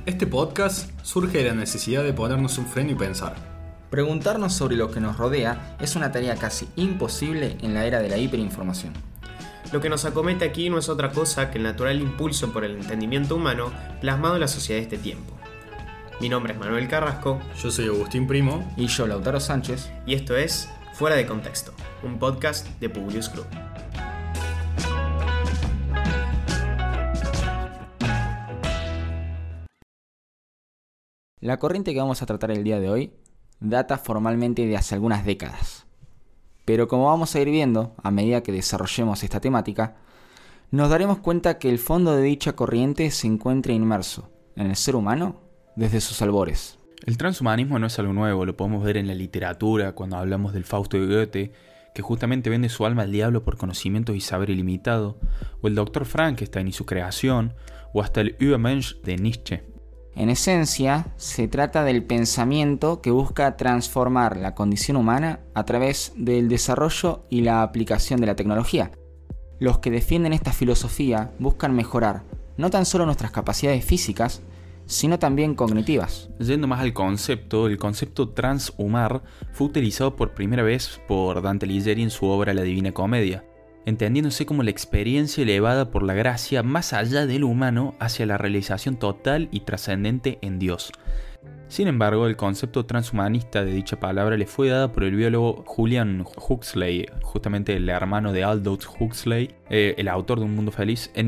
Este podcast surge de la necesidad de ponernos un freno y pensar. Preguntarnos sobre lo que nos rodea es una tarea casi imposible en la era de la hiperinformación. Lo que nos acomete aquí no es otra cosa que el natural impulso por el entendimiento humano plasmado en la sociedad de este tiempo. Mi nombre es Manuel Carrasco. Yo soy Agustín Primo. Y yo, Lautaro Sánchez. Y esto es Fuera de Contexto, un podcast de Publius Group. La corriente que vamos a tratar el día de hoy data formalmente de hace algunas décadas. Pero como vamos a ir viendo a medida que desarrollemos esta temática, nos daremos cuenta que el fondo de dicha corriente se encuentra inmerso en el ser humano desde sus albores. El transhumanismo no es algo nuevo, lo podemos ver en la literatura cuando hablamos del Fausto de Goethe, que justamente vende su alma al diablo por conocimientos y saber ilimitado, o el Dr. Frankenstein y su creación, o hasta el Übermensch de Nietzsche. En esencia, se trata del pensamiento que busca transformar la condición humana a través del desarrollo y la aplicación de la tecnología. Los que defienden esta filosofía buscan mejorar no tan solo nuestras capacidades físicas, sino también cognitivas. Yendo más al concepto, el concepto transhumar fue utilizado por primera vez por Dante Alighieri en su obra La Divina Comedia, entendiéndose como la experiencia elevada por la gracia más allá del humano hacia la realización total y trascendente en Dios. Sin embargo, el concepto transhumanista de dicha palabra le fue dado por el biólogo Julian Huxley, justamente el hermano de Aldous Huxley, el autor de Un Mundo Feliz, en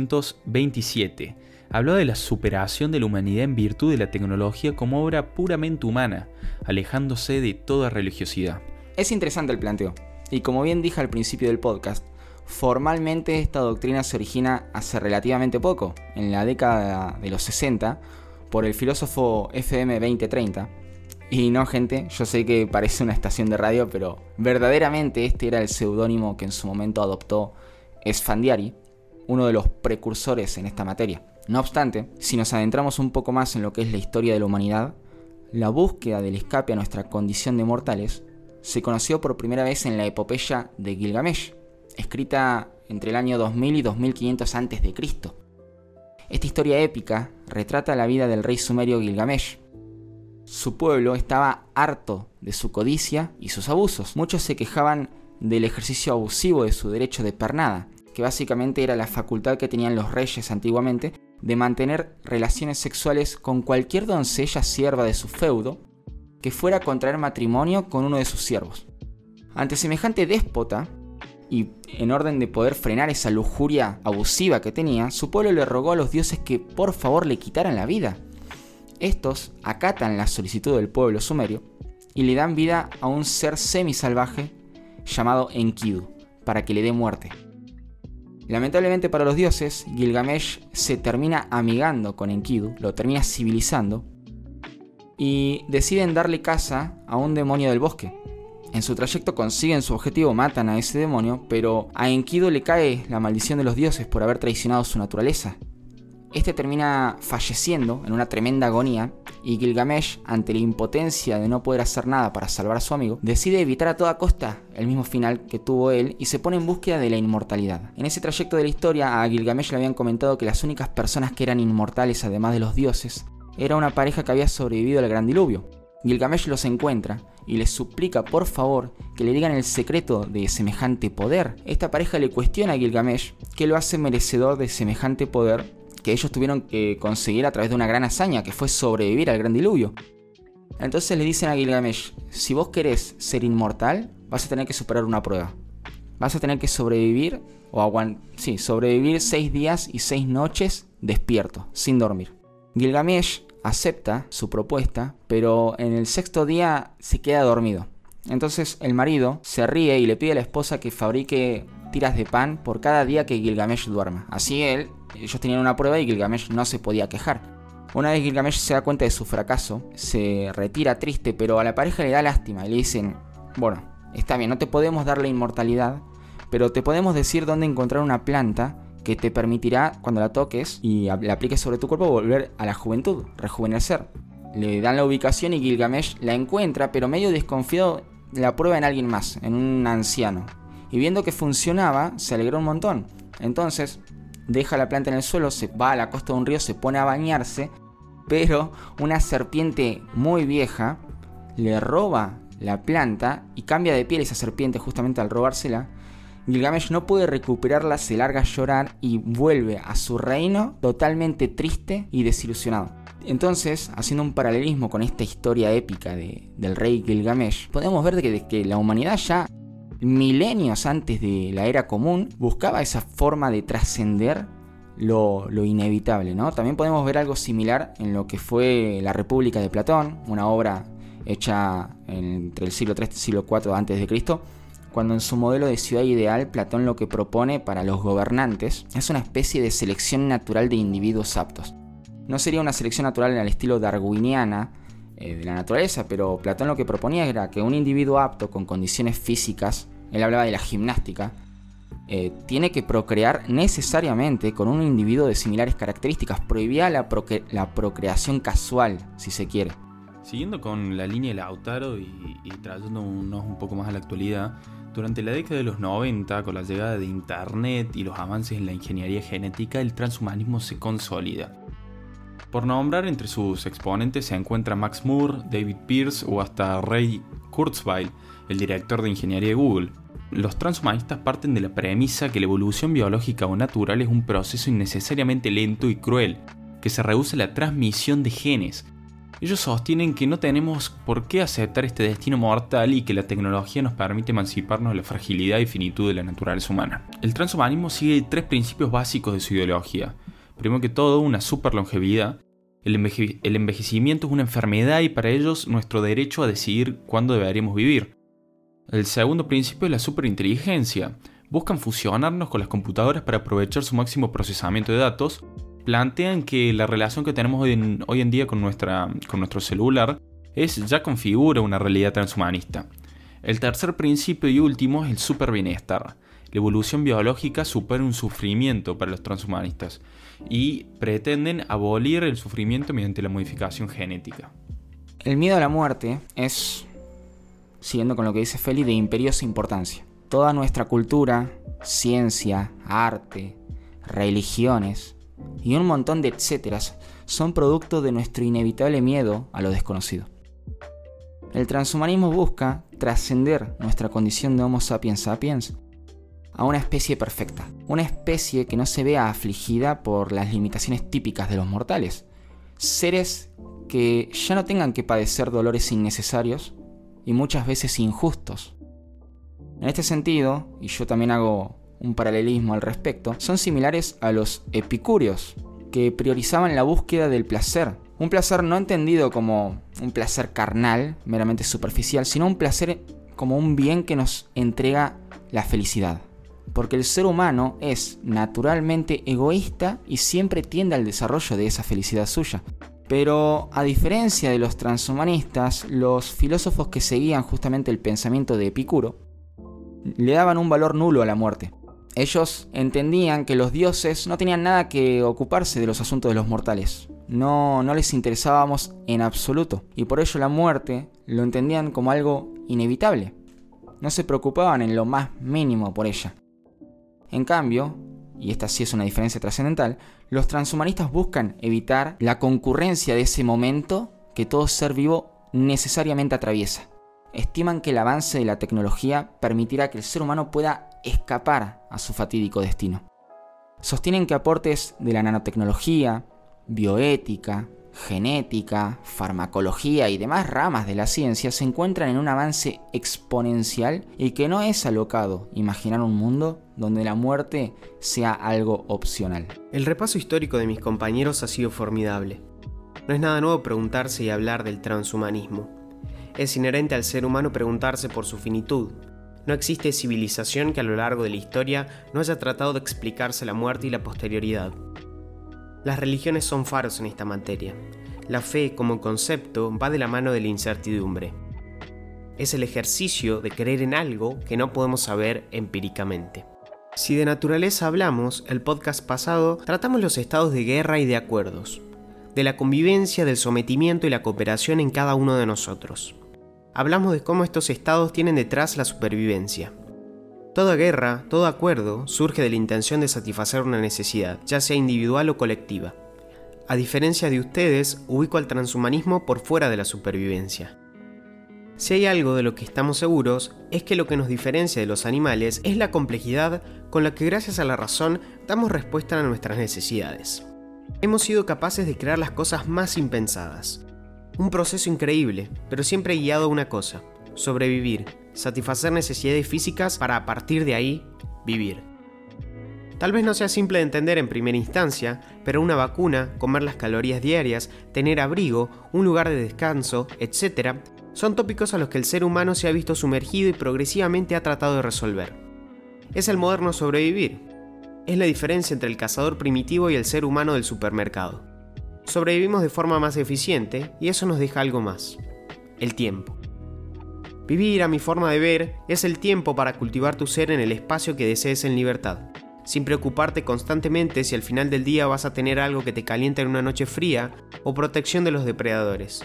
1927. Habló de la superación de la humanidad en virtud de la tecnología como obra puramente humana, alejándose de toda religiosidad. Es interesante el planteo. Y como bien dije al principio del podcast, formalmente esta doctrina se origina hace relativamente poco, en la década de los 60, por el filósofo FM 2030. Y no, gente, yo sé que parece una estación de radio, pero verdaderamente este era el seudónimo que en su momento adoptó Esfandiari, uno de los precursores en esta materia. No obstante, si nos adentramos un poco más en lo que es la historia de la humanidad, la búsqueda del escape a nuestra condición de mortales se conoció por primera vez en la epopeya de Gilgamesh, escrita entre el año 2000 y 2500 a.C. Esta historia épica retrata la vida del rey sumerio Gilgamesh. Su pueblo estaba harto de su codicia y sus abusos. Muchos se quejaban del ejercicio abusivo de su derecho de pernada, que básicamente era la facultad que tenían los reyes antiguamente de mantener relaciones sexuales con cualquier doncella sierva de su feudo que fuera a contraer matrimonio con uno de sus siervos. Ante semejante déspota, y en orden de poder frenar esa lujuria abusiva que tenía, su pueblo le rogó a los dioses que por favor le quitaran la vida. Estos acatan la solicitud del pueblo sumerio y le dan vida a un ser semisalvaje llamado Enkidu, para que le dé muerte. Lamentablemente para los dioses, Gilgamesh se termina amigando con Enkidu, lo termina civilizando, y deciden darle caza a un demonio del bosque. En su trayecto consiguen su objetivo, matan a ese demonio, pero a Enkidu le cae la maldición de los dioses por haber traicionado su naturaleza. Este termina falleciendo en una tremenda agonía, y Gilgamesh, ante la impotencia de no poder hacer nada para salvar a su amigo, decide evitar a toda costa el mismo final que tuvo él y se pone en búsqueda de la inmortalidad. En ese trayecto de la historia, a Gilgamesh le habían comentado que las únicas personas que eran inmortales, además de los dioses, era una pareja que había sobrevivido al gran diluvio. Gilgamesh los encuentra y les suplica por favor que le digan el secreto de semejante poder. Esta pareja le cuestiona a Gilgamesh qué lo hace merecedor de semejante poder que ellos tuvieron que conseguir a través de una gran hazaña, que fue sobrevivir al gran diluvio. Entonces le dicen a Gilgamesh: si vos querés ser inmortal, vas a tener que superar una prueba. Vas a tener que sobrevivir, sobrevivir 6 días y 6 noches despierto, sin dormir. Gilgamesh acepta su propuesta, pero en el 6º día se queda dormido. Entonces el marido se ríe y le pide a la esposa que fabrique tiras de pan por cada día que Gilgamesh duerma. Así ellos tenían una prueba y Gilgamesh no se podía quejar. Una vez Gilgamesh se da cuenta de su fracaso, se retira triste, pero a la pareja le da lástima y le dicen: bueno, está bien, no te podemos dar la inmortalidad, pero te podemos decir dónde encontrar una planta que te permitirá, cuando la toques y la apliques sobre tu cuerpo, volver a la juventud, rejuvenecer. Le dan la ubicación y Gilgamesh la encuentra, pero medio desconfiado la prueba en alguien más, en un anciano. Y viendo que funcionaba, se alegró un montón. Entonces deja la planta en el suelo, se va a la costa de un río, se pone a bañarse pero una serpiente muy vieja le roba la planta y cambia de piel esa serpiente justamente al robársela. Gilgamesh no puede recuperarla, se larga a llorar y vuelve a su reino totalmente triste y desilusionado. Entonces, haciendo un paralelismo con esta historia épica del rey Gilgamesh, podemos ver que la humanidad ya milenios antes de la era común buscaba esa forma de trascender lo inevitable, ¿no? También podemos ver algo similar en lo que fue La República de Platón, una obra hecha entre el siglo III y el siglo IV a.C., cuando en su modelo de ciudad ideal Platón lo que propone para los gobernantes es una especie de selección natural de individuos aptos. No sería una selección natural al estilo darwiniana de la naturaleza, pero Platón lo que proponía era que un individuo apto con condiciones físicas, él hablaba de la gimnástica, tiene que procrear necesariamente con un individuo de similares características. Prohibía la procreación casual, si se quiere. Siguiendo con la línea de Lautaro y trayéndonos un poco más a la actualidad, durante la década de los 90, con la llegada de Internet y los avances en la ingeniería genética, el transhumanismo se consolida. Por nombrar entre sus exponentes se encuentran Max Moore, David Pearce o hasta Ray Kurzweil, el director de ingeniería de Google. Los transhumanistas parten de la premisa que la evolución biológica o natural es un proceso innecesariamente lento y cruel, que se reduce a la transmisión de genes. Ellos sostienen que no tenemos por qué aceptar este destino mortal y que la tecnología nos permite emanciparnos de la fragilidad y finitud de la naturaleza humana. El transhumanismo sigue 3 principios básicos de su ideología. Primero que todo, una superlongevidad. El envejecimiento es una enfermedad y para ellos nuestro derecho a decidir cuándo deberíamos vivir. El segundo principio es la superinteligencia. Buscan fusionarnos con las computadoras para aprovechar su máximo procesamiento de datos. Plantean que la relación que tenemos hoy en día con nuestro celular ya configura una realidad transhumanista. El tercer principio y último es el superbienestar. La evolución biológica supera un sufrimiento para los transhumanistas y pretenden abolir el sufrimiento mediante la modificación genética. El miedo a la muerte es, siguiendo con lo que dice Feli, de imperiosa importancia. Toda nuestra cultura, ciencia, arte, religiones y un montón de etcéteras son producto de nuestro inevitable miedo a lo desconocido. El transhumanismo busca trascender nuestra condición de Homo sapiens sapiens a una especie perfecta, una especie que no se vea afligida por las limitaciones típicas de los mortales, seres que ya no tengan que padecer dolores innecesarios y muchas veces injustos. En este sentido, y yo también hago un paralelismo al respecto, son similares a los epicúreos, que priorizaban la búsqueda del placer. Un placer no entendido como un placer carnal, meramente superficial, sino un placer como un bien que nos entrega la felicidad. Porque el ser humano es naturalmente egoísta y siempre tiende al desarrollo de esa felicidad suya. Pero a diferencia de los transhumanistas, los filósofos que seguían justamente el pensamiento de Epicuro le daban un valor nulo a la muerte. Ellos entendían que los dioses no tenían nada que ocuparse de los asuntos de los mortales. No les interesábamos en absoluto. Y por ello la muerte lo entendían como algo inevitable. No se preocupaban en lo más mínimo por ella. En cambio, y esta sí es una diferencia trascendental, los transhumanistas buscan evitar la concurrencia de ese momento que todo ser vivo necesariamente atraviesa. Estiman que el avance de la tecnología permitirá que el ser humano pueda escapar a su fatídico destino. Sostienen que aportes de la nanotecnología, bioética, genética, farmacología y demás ramas de la ciencia se encuentran en un avance exponencial y que no es alocado imaginar un mundo donde la muerte sea algo opcional. El repaso histórico de mis compañeros ha sido formidable. No es nada nuevo preguntarse y hablar del transhumanismo. Es inherente al ser humano preguntarse por su finitud. No existe civilización que a lo largo de la historia no haya tratado de explicarse la muerte y la posterioridad. Las religiones son faros en esta materia. La fe, como concepto, va de la mano de la incertidumbre. Es el ejercicio de creer en algo que no podemos saber empíricamente. Si de naturaleza hablamos, el podcast pasado tratamos los estados de guerra y de acuerdos, de la convivencia, del sometimiento y la cooperación en cada uno de nosotros. Hablamos de cómo estos estados tienen detrás la supervivencia. Toda guerra, todo acuerdo, surge de la intención de satisfacer una necesidad, ya sea individual o colectiva. a diferencia de ustedes, ubico al transhumanismo por fuera de la supervivencia. Si hay algo de lo que estamos seguros, es que lo que nos diferencia de los animales es la complejidad con la que gracias a la razón damos respuesta a nuestras necesidades. Hemos sido capaces de crear las cosas más impensadas. Un proceso increíble, pero siempre guiado a una cosa: sobrevivir, satisfacer necesidades físicas para a partir de ahí, vivir. Tal vez no sea simple de entender en primera instancia, pero una vacuna, comer las calorías diarias, tener abrigo, un lugar de descanso, etc., son tópicos a los que el ser humano se ha visto sumergido y progresivamente ha tratado de resolver. Es el moderno sobrevivir. Es la diferencia entre el cazador primitivo y el ser humano del supermercado. Sobrevivimos de forma más eficiente y eso nos deja algo más: el tiempo. Vivir, a mi forma de ver, es el tiempo para cultivar tu ser en el espacio que desees en libertad, sin preocuparte constantemente si al final del día vas a tener algo que te calienta en una noche fría o protección de los depredadores.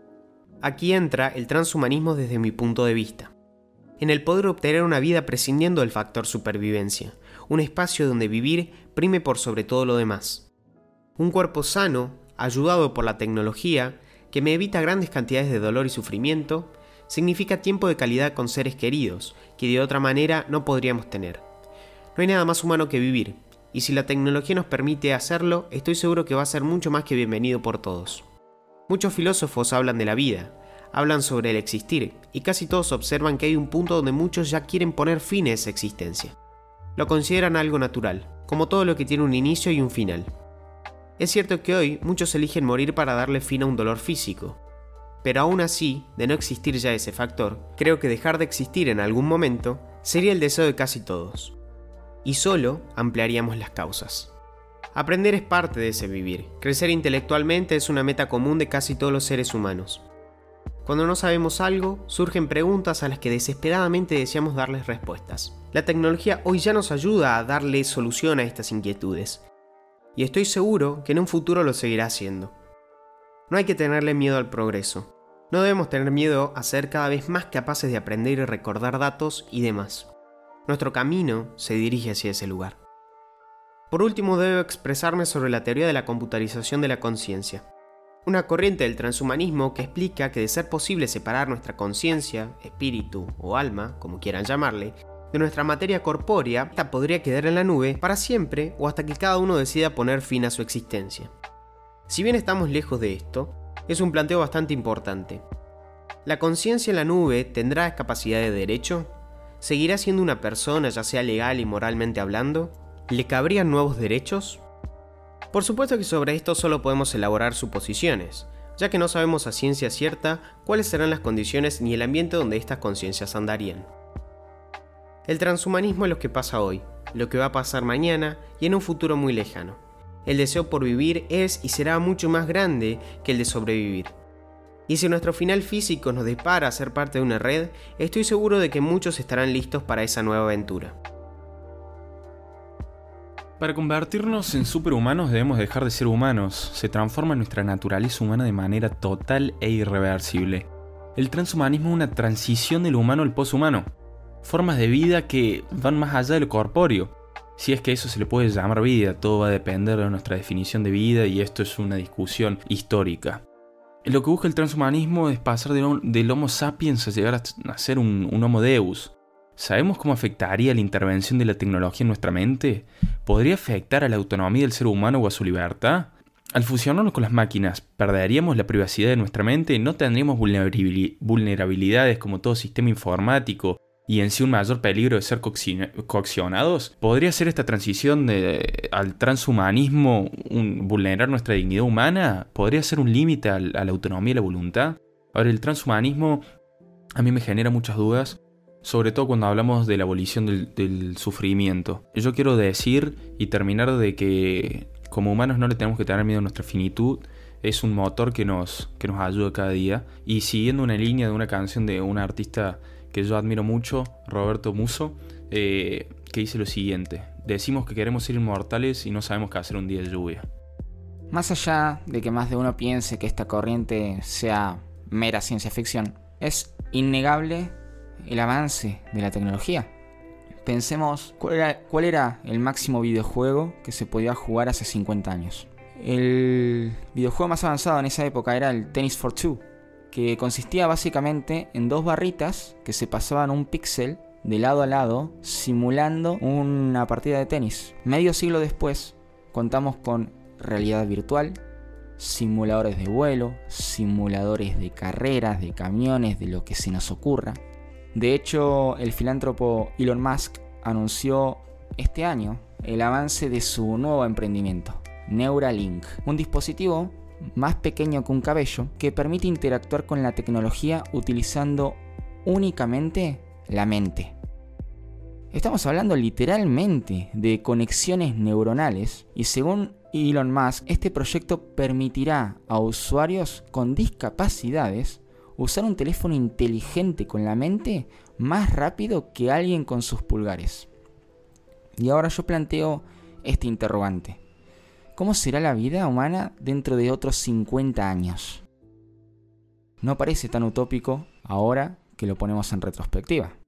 Aquí entra el transhumanismo desde mi punto de vista. En el poder obtener una vida prescindiendo del factor supervivencia, un espacio donde vivir prime por sobre todo lo demás. Un cuerpo sano, ayudado por la tecnología, que me evita grandes cantidades de dolor y sufrimiento, significa tiempo de calidad con seres queridos, que de otra manera no podríamos tener. No hay nada más humano que vivir, y si la tecnología nos permite hacerlo, estoy seguro que va a ser mucho más que bienvenido por todos. Muchos filósofos hablan de la vida, hablan sobre el existir, y casi todos observan que hay un punto donde muchos ya quieren poner fin a esa existencia. Lo consideran algo natural, como todo lo que tiene un inicio y un final. Es cierto que hoy muchos eligen morir para darle fin a un dolor físico, pero aún así, de no existir ya ese factor, creo que dejar de existir en algún momento sería el deseo de casi todos. Y solo ampliaríamos las causas. Aprender es parte de ese vivir. Crecer intelectualmente es una meta común de casi todos los seres humanos. Cuando no sabemos algo, surgen preguntas a las que desesperadamente deseamos darles respuestas. La tecnología hoy ya nos ayuda a darle solución a estas inquietudes. Y estoy seguro que en un futuro lo seguirá haciendo. No hay que tenerle miedo al progreso. No debemos tener miedo a ser cada vez más capaces de aprender y recordar datos y demás. Nuestro camino se dirige hacia ese lugar. Por último, debo expresarme sobre la teoría de la computarización de la conciencia. Una corriente del transhumanismo que explica que de ser posible separar nuestra conciencia, espíritu o alma, como quieran llamarle, de nuestra materia corpórea, esta podría quedar en la nube para siempre o hasta que cada uno decida poner fin a su existencia. Si bien estamos lejos de esto, es un planteo bastante importante. ¿La conciencia en la nube tendrá capacidad de derecho? ¿Seguirá siendo una persona, ya sea legal y moralmente hablando? ¿Le cabrían nuevos derechos? Por supuesto que sobre esto solo podemos elaborar suposiciones, ya que no sabemos a ciencia cierta cuáles serán las condiciones ni el ambiente donde estas conciencias andarían. El transhumanismo es lo que pasa hoy, lo que va a pasar mañana y en un futuro muy lejano. El deseo por vivir es y será mucho más grande que el de sobrevivir. Y si nuestro final físico nos depara a ser parte de una red, estoy seguro de que muchos estarán listos para esa nueva aventura. Para convertirnos en superhumanos debemos dejar de ser humanos. Se transforma nuestra naturaleza humana de manera total e irreversible. El transhumanismo es una transición del humano al poshumano. Formas de vida que van más allá de lo corpóreo. Si es que eso se le puede llamar vida, todo va a depender de nuestra definición de vida y esto es una discusión histórica. Lo que busca el transhumanismo es pasar del Homo sapiens a llegar a ser un Homo Deus. ¿Sabemos cómo afectaría la intervención de la tecnología en nuestra mente? ¿Podría afectar a la autonomía del ser humano o a su libertad? Al fusionarnos con las máquinas, ¿perderíamos la privacidad de nuestra mente? ¿No tendríamos vulnerabilidades como todo sistema informático y en sí un mayor peligro de ser coaccionados? ¿Podría ser esta transición al transhumanismo vulnerar nuestra dignidad humana? ¿Podría ser un límite a la autonomía y la voluntad? Ahora, el transhumanismo a mí me genera muchas dudas, sobre todo cuando hablamos de la abolición del sufrimiento. Yo quiero decir y terminar de que como humanos no le tenemos que tener miedo a nuestra finitud. Es un motor que nos ayuda cada día. Y siguiendo una línea de una canción de un artista que yo admiro mucho, Roberto Musso, que dice lo siguiente: decimos que queremos ser inmortales y no sabemos qué hacer un día de lluvia. Más allá de que más de uno piense que esta corriente sea mera ciencia ficción, es innegable el avance de la tecnología. Pensemos cuál era el máximo videojuego que se podía jugar hace 50 años. El videojuego más avanzado en esa época era el Tennis for Two, que consistía básicamente en 2 barritas que se pasaban un píxel de lado a lado, simulando una partida de tenis. Medio siglo después, contamos con realidad virtual, simuladores de vuelo, simuladores de carreras, de camiones, de lo que se nos ocurra. De hecho, el filántropo Elon Musk anunció este año el avance de su nuevo emprendimiento, Neuralink, un dispositivo más pequeño que un cabello que permite interactuar con la tecnología utilizando únicamente la mente. Estamos hablando literalmente de conexiones neuronales y según Elon Musk, este proyecto permitirá a usuarios con discapacidades usar un teléfono inteligente con la mente más rápido que alguien con sus pulgares. Y ahora yo planteo este interrogante. ¿Cómo será la vida humana dentro de otros 50 años? No parece tan utópico ahora que lo ponemos en retrospectiva.